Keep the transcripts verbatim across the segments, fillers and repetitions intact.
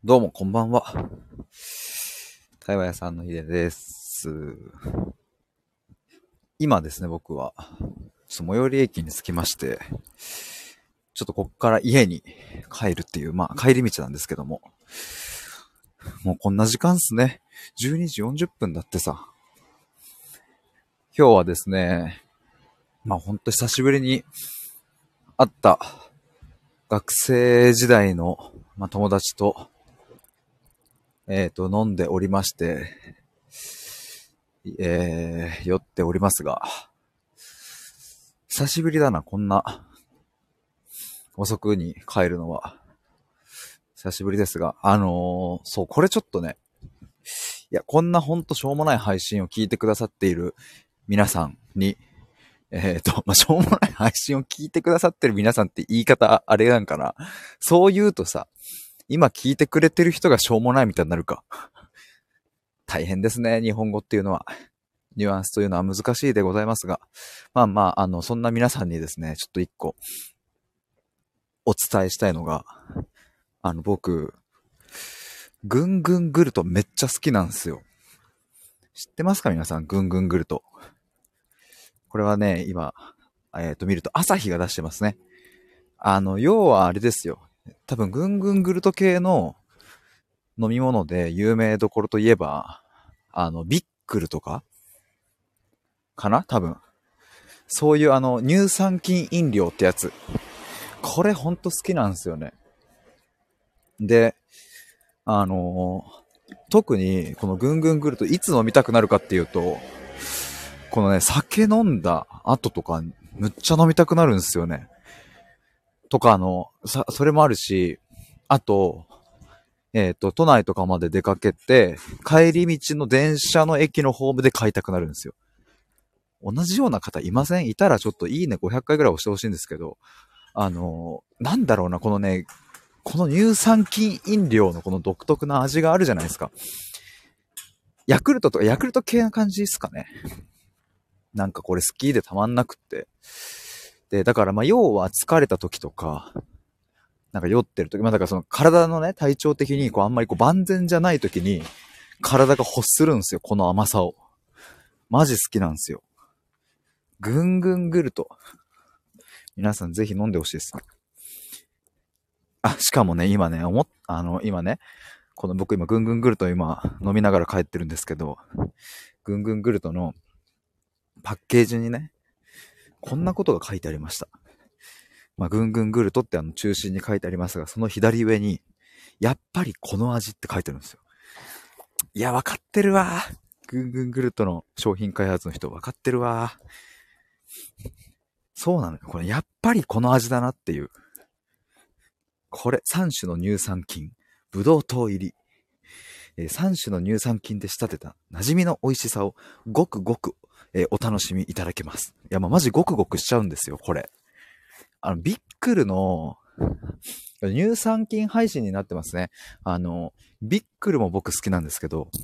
どうもこんばんは。対話屋さんのひでです。今ですね、僕は、ちょっと最寄り駅に着きまして、ちょっとこっから家に帰るっていう、まあ帰り道なんですけども、もうこんな時間っすね。じゅうにじよんじゅっぷんだってさ。今日はですね、まあほんと久しぶりに会った学生時代の、まあ、友達と、えっと、飲んでおりまして、えー、酔っておりますが、久しぶりだな、こんな遅くに帰るのは。久しぶりですが、あのー、そう、これちょっとね、いや、こんなほんとしょうもない配信を聞いてくださっている皆さんに、えっと、まあ、しょうもない配信を聞いてくださってる皆さんって言い方あれなんかな。そう言うとさ、今聞いてくれてる人がしょうもないみたいになるか。大変ですね、日本語っていうのは。ニュアンスというのは難しいでございますが。まあまあ、あの、そんな皆さんにですね、ちょっと一個、お伝えしたいのが、あの、僕、ぐんぐんグルトめっちゃ好きなんですよ。知ってますか皆さん、ぐんぐんグルト。これはね、今、えっと、見ると朝日が出してますね。あの、要はあれですよ。多分、ぐんぐんグルト系の飲み物で有名どころといえば、あの、ビックルとかかな多分。そういうあの、乳酸菌飲料ってやつ。これほんと好きなんですよね。で、あのー特にこのぐんぐんグルトいつ飲みたくなるかっていうと、このね、酒飲んだ後とか、むっちゃ飲みたくなるんですよね。とか、あの、さ、それもあるし、あと、えっと、都内とかまで出かけて、帰り道の電車の駅のホームで買いたくなるんですよ。同じような方いません？いたらちょっといいねごひゃっかいぐらい押してほしいんですけど、あの、なんだろうな、このね、この乳酸菌飲料のこの独特な味があるじゃないですか。ヤクルトとかヤクルト系な感じですかね。なんかこれ好きでたまんなくって。で、だからまあ要は疲れた時とか、なんか酔ってる時、まあだからその体のね、体調的にこうあんまりこう万全じゃない時に体が欲するんですよ、この甘さを。マジ好きなんですよ。ぐんぐんグルト。皆さんぜひ飲んでほしいです。あ、しかもね、今ね、思っ、あの、今ね、この僕今ぐんぐんグルト今飲みながら帰ってるんですけど、ぐんぐんグルトのパッケージにね、こんなことが書いてありました。まあ、ぐんぐんグルトってあの中心に書いてありますが、その左上に、やっぱりこの味って書いてあるんですよ。いや、わかってるわ。ぐんぐんグルトの商品開発の人わかってるわ。そうなのよ。これやっぱりこの味だなっていう。これさん種の乳酸菌、ブドウ糖入り。えー、さん種の乳酸菌で仕立てた馴染みの美味しさをごくごく、えー、お楽しみいただけます。いや、まあ、マジごくごくしちゃうんですよ、これ。あの、ビックルの乳酸菌配信になってますね。あの、ビックルも僕好きなんですけど、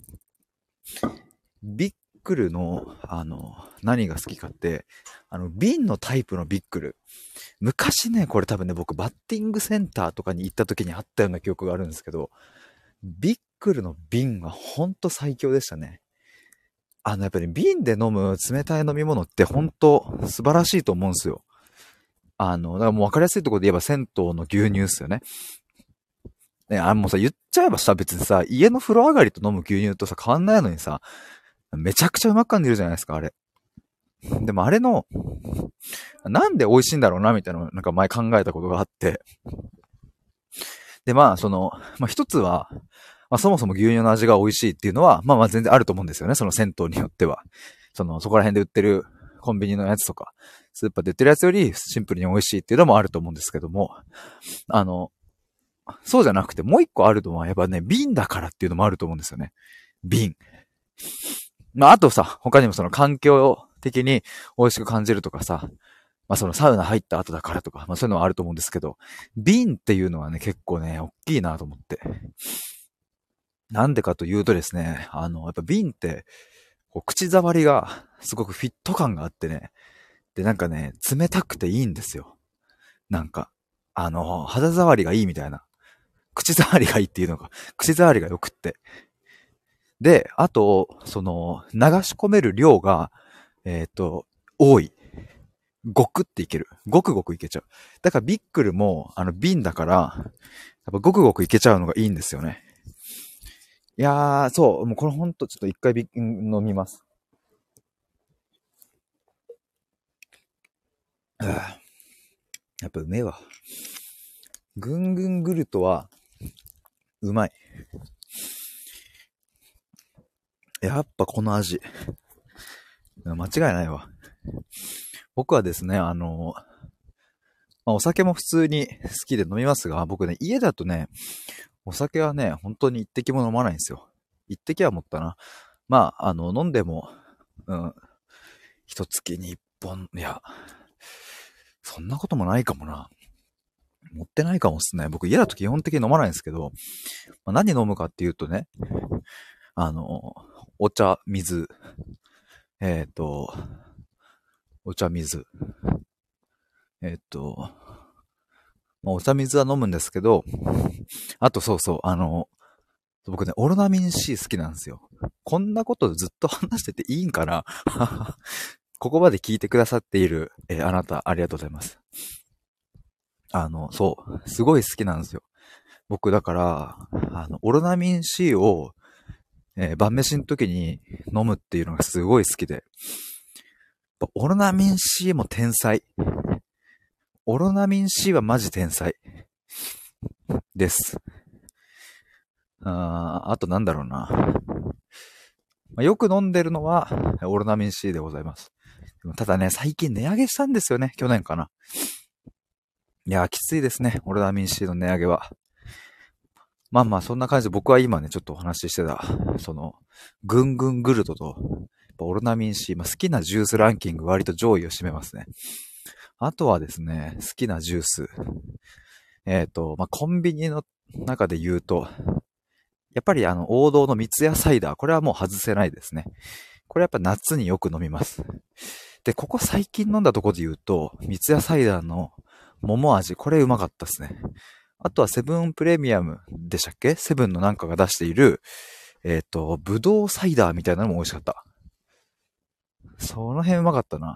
ビックルの、あの、何が好きかって、あの、瓶のタイプのビックル。昔ね、これ多分ね、僕バッティングセンターとかに行った時にあったような記憶があるんですけど、ビックルの瓶はほんと最強でしたね。あの、やっぱり瓶で飲む冷たい飲み物ってほんと素晴らしいと思うんですよ。あの、だからもう分かりやすいところで言えば銭湯の牛乳ですよね。ね、あ、もうさ、言っちゃえばさ、別にさ、家の風呂上がりと飲む牛乳とさ、変わんないのにさ、めちゃくちゃうまく感じるじゃないですか、あれ。でもあれの、なんで美味しいんだろうな、みたいなのをなんか前考えたことがあって。で、まあ、その、まあ一つは、まあそもそも牛乳の味が美味しいっていうのは、まあまあ全然あると思うんですよね、その銭湯によっては。その、そこら辺で売ってるコンビニのやつとか、スーパーで売ってるやつよりシンプルに美味しいっていうのもあると思うんですけども、あの、そうじゃなくてもう一個あるのはやっぱね、瓶だからっていうのもあると思うんですよね。瓶。まああとさ、他にもその環境的に美味しく感じるとかさ、まあそのサウナ入った後だからとか、まあそういうのはあると思うんですけど、瓶っていうのはね、結構ね、大きいなと思って。なんでかというとですね、あの、やっぱ瓶って、こう口触りがすごくフィット感があってね、でなんかね、冷たくていいんですよ。なんか、あの、肌触りがいいみたいな。 口触りがいいっていうのが、口触りが良くって。で、あと、その、流し込める量が、えっと、多い。ごくっていける。ごくごくいけちゃう。だからビックルも、あの、瓶だから、やっぱごくごくいけちゃうのがいいんですよね。いやー、そう、もうこれほんとちょっと一回ビ飲みます。やっぱうめえわ。ぐんぐんグルトは、うまい。やっぱこの味。間違いないわ。僕はですね、あの、まあ、お酒も普通に好きで飲みますが、僕ね、家だとね、お酒はね、本当に一滴も飲まないんですよ。一滴は持ったな。まあ、あの、飲んでも、うん、一月に一本、いや、そんなこともないかもな。持ってないかもっすね。僕家だと基本的に飲まないんですけど、まあ、何飲むかっていうとね、あの、お茶、水、えっと、お茶、水、えっと、まあ、お茶水は飲むんですけど、あとそうそう、あの、僕ね、オロナミン C 好きなんですよ。こんなことずっと話してていいんかなここまで聞いてくださっている、えーあなた、ありがとうございます。あの、そう、すごい好きなんですよ。僕だから、あの、オロナミン C を、えー晩飯の時に飲むっていうのがすごい好きで、オロナミン C も天才。オロナミン C はマジ天才です。あーあとなんだろうな。まあ、よく飲んでるのは、オロナミン C でございます。ただね、最近値上げしたんですよね。去年かな。いやー、きついですね。オロナミン C の値上げは。まあまあ、そんな感じで僕は今ね、ちょっとお話ししてた、その、ぐんぐんグルトと、オロナミン C、まあ、好きなジュースランキング割と上位を占めますね。あとはですね、好きなジュース。えっと、まあ、コンビニの中で言うと、やっぱりあの、王道の三ツ矢サイダー。これはもう外せないですね。これやっぱ夏によく飲みます。で、ここ最近飲んだとこで言うと、三ツ矢サイダーの桃味。これうまかったですね。あとはセブンプレミアムでしたっけ？セブンのなんかが出している、えっと、ぶどうサイダーみたいなのも美味しかった。その辺うまかったな。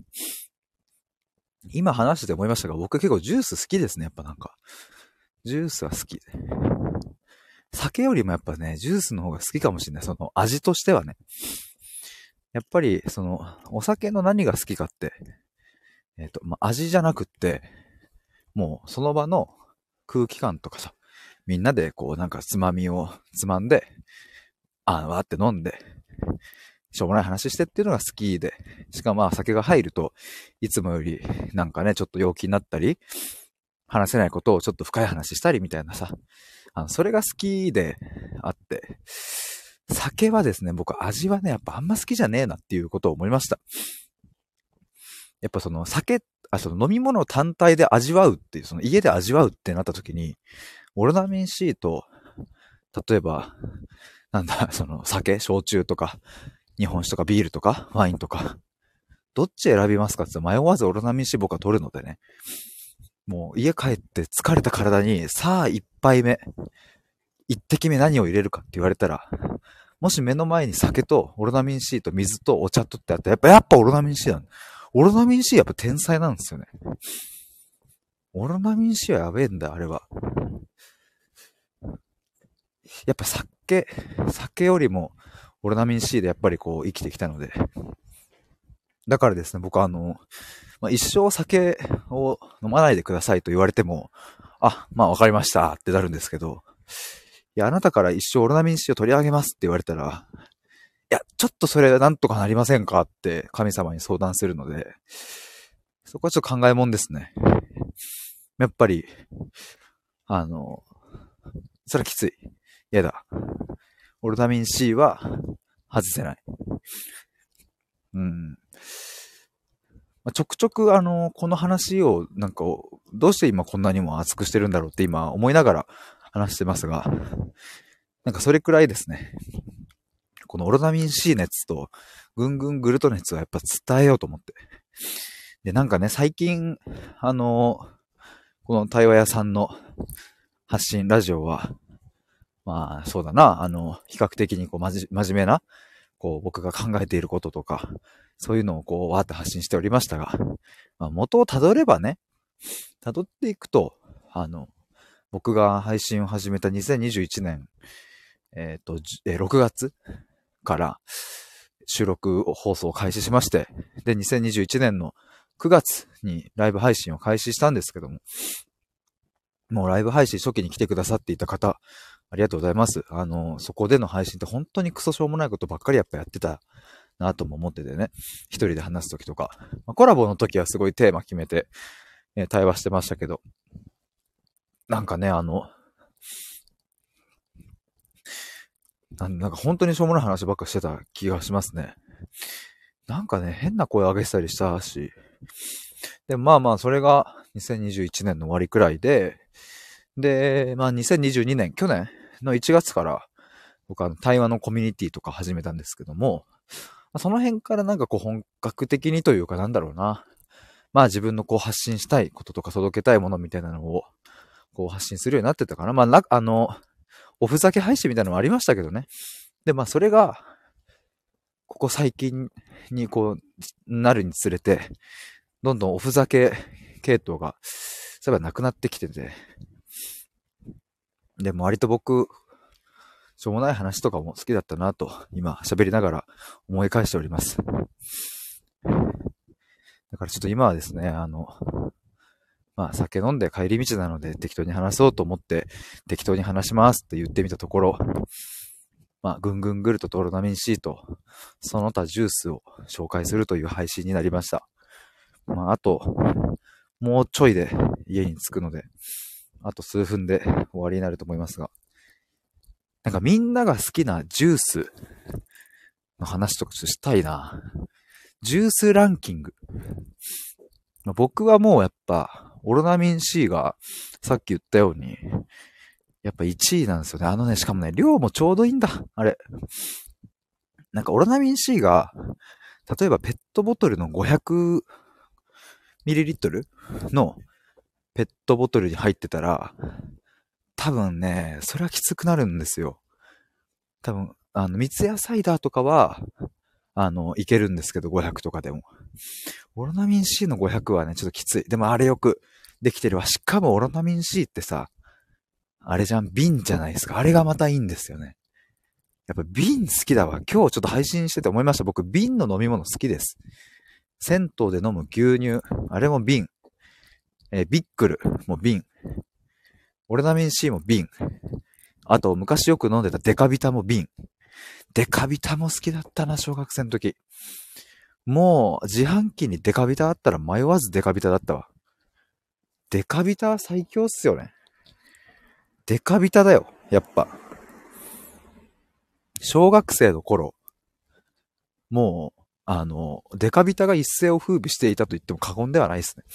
今話してて思いましたが、僕結構ジュース好きですね。やっぱなんか。ジュースは好き。酒よりもやっぱね、ジュースの方が好きかもしれない。その味としてはね。やっぱり、その、お酒の何が好きかって、えっと、まあ、味じゃなくって、もうその場の空気感とかさ、みんなでこうなんかつまみをつまんで、あーわーって飲んで、しょうもない話してっていうのが好きで、しかもまあ酒が入ると、いつもよりなんかね、ちょっと陽気になったり、話せないことをちょっと深い話したりみたいなさ、あの、それが好きであって、酒はですね、僕味はね、やっぱあんま好きじゃねえなっていうことを思いました。やっぱその酒、あ、その飲み物単体で味わうっていう、その家で味わうってなった時に、オロナミン C と、例えば、なんだ、その酒、焼酎とか、日本酒とかビールとか、ワインとか、どっち選びますかって迷わずオロナミン C 僕は取るのでね。もう家帰って疲れた体に、さあ一杯目、一滴目何を入れるかって言われたら、もし目の前に酒とオロナミン C と水とお茶とってあったら、やっぱ、やっぱオロナミン C だ。オロナミン C やっぱ天才なんですよね。オロナミン C はやべえんだ、あれは。やっぱ酒、酒よりもオロナミン C でやっぱりこう生きてきたので。だからですね、僕はあの、まあ、一生酒を飲まないでくださいと言われても、あ、まあわかりましたってなるんですけど、いや、あなたから一生オロナミン C を取り上げますって言われたら、いや、ちょっとそれなんとかなりませんかって神様に相談するので、そこはちょっと考えもんですね。やっぱり、あの、それはきつい。やだ。オロナミン C は外せない。うん。まあ、ちょくちょくあの、この話をなんか、どうして今こんなにも熱くしてるんだろうって今思いながら話してますが、なんかそれくらいですね。このオロナミン C 熱とぐんぐんグルト熱はやっぱ伝えようと思って。で、なんかね、最近、あの、この対話屋さんの発信、ラジオは、まあ、そうだな、あの、比較的にこう、まじ、真面目な、こう、僕が考えていることとか、そういうのをこう、わーって発信しておりましたが、まあ、元を辿ればね、辿っていくと、あの、僕が配信を始めたにせんにじゅういちねん、えっと、じえーろくがつから収録を放送を開始しまして、で、にせんにじゅういちねんのくがつにライブ配信を開始したんですけども、もうライブ配信初期に来てくださっていた方、ありがとうございます。あの、そこでの配信って本当にクソしょうもないことばっかりやっぱやってたなとも思っててね。一人で話すときとか。まあ、コラボの時はすごいテーマ決めて、えー対話してましたけど。なんかね、あの、ななんか本当にしょうもない話ばっかしてた気がしますね。なんかね、変な声上げてたりしたし。で、まあまあ、それがにせんにじゅういちねんの終わりくらいで、で、まあにせんにじゅうにねん、去年のいちがつから、僕は対話のコミュニティとか始めたんですけども、その辺からなんかこう本格的にというかなんだろうな。まあ自分のこう発信したいこととか届けたいものみたいなのをこう発信するようになってたかな。まあな、あの、おふざけ配信みたいなのもありましたけどね。で、まあそれが、ここ最近にこう、なるにつれて、どんどんおふざけ系統が、そういえばなくなってきてて。でも割と僕、しょうもない話とかも好きだったなと、今喋りながら思い返しております。だからちょっと今はですね、あの、まあ酒飲んで帰り道なので適当に話そうと思って適当に話しますって言ってみたところ、まあぐんぐんぐるととオロナミン C とその他ジュースを紹介するという配信になりました。まああと、もうちょいで家に着くので、あと数分で終わりになると思いますが、なんかみんなが好きなジュースの話とかちょっとしたいな。ジュースランキング。僕はもうやっぱ、オロナミン C がさっき言ったように、やっぱいちいなんですよね。あのね、しかもね、量もちょうどいいんだ。あれ。なんかオロナミン C が、例えばペットボトルの ごひゃくミリリットル のペットボトルに入ってたら、多分ね、それはきつくなるんですよ。多分、あの、三ツ矢サイダーとかは、あの、いけるんですけど、ごひゃくとかでも。オロナミン C のごひゃくはね、ちょっときつい。でもあれよくできてるわ。しかもオロナミン C ってさ、あれじゃん、瓶じゃないですか。あれがまたいいんですよね。やっぱ瓶好きだわ。今日ちょっと配信してて思いました。僕、瓶の飲み物好きです。銭湯で飲む牛乳。あれも瓶。えービックルも瓶。オロナミン C も瓶。あと、昔よく飲んでたデカビタも瓶。デカビタも好きだったな、小学生の時。もう、自販機にデカビタあったら迷わずデカビタだったわ。デカビタは最強っすよね。デカビタだよ、やっぱ。小学生の頃、もう、あの、デカビタが一世を風靡していたと言っても過言ではないですね。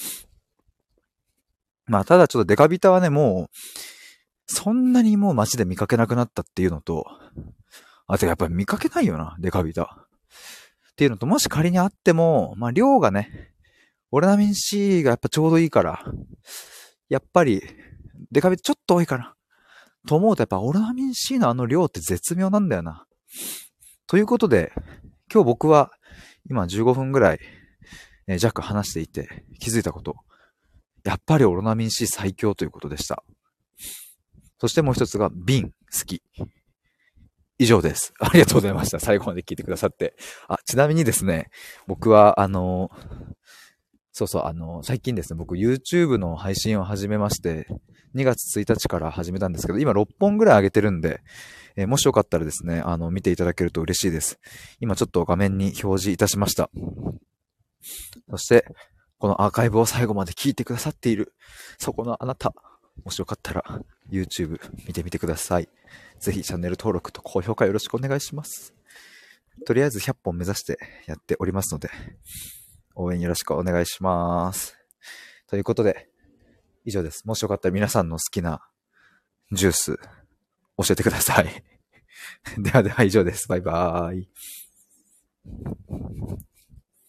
まあ、ただちょっとデカビタはね、もう、そんなにもう街で見かけなくなったっていうのと、あ、てかやっぱり見かけないよな、デカビタ。っていうのと、もし仮にあっても、まあ量がね、オロナミン C がやっぱちょうどいいから、やっぱり、デカビタちょっと多いかな。と思うとやっぱオロナミン C のあの量って絶妙なんだよな。ということで、今日僕は今じゅうごふんぐらい、えー、弱話していて気づいたこと。やっぱりオロナミン C 最強ということでした。そしてもう一つが瓶好き。以上です。ありがとうございました。最後まで聞いてくださって。あ、ちなみにですね、僕は、あの、そうそう、あの、最近ですね、僕 YouTube の配信を始めまして、にがつついたちから始めたんですけど、今ろっぽんぐらい上げてるんで、えーもしよかったらですね、あの、見ていただけると嬉しいです。今ちょっと画面に表示いたしました。そして、このアーカイブを最後まで聞いてくださっている、そこのあなた、もしよかったら YouTube 見てみてください。ぜひチャンネル登録と高評価よろしくお願いします。とりあえずひゃっぽん目指してやっておりますので、応援よろしくお願いします。ということで、以上です。もしよかったら皆さんの好きなジュース教えてください。ではでは以上です。バイバーイ。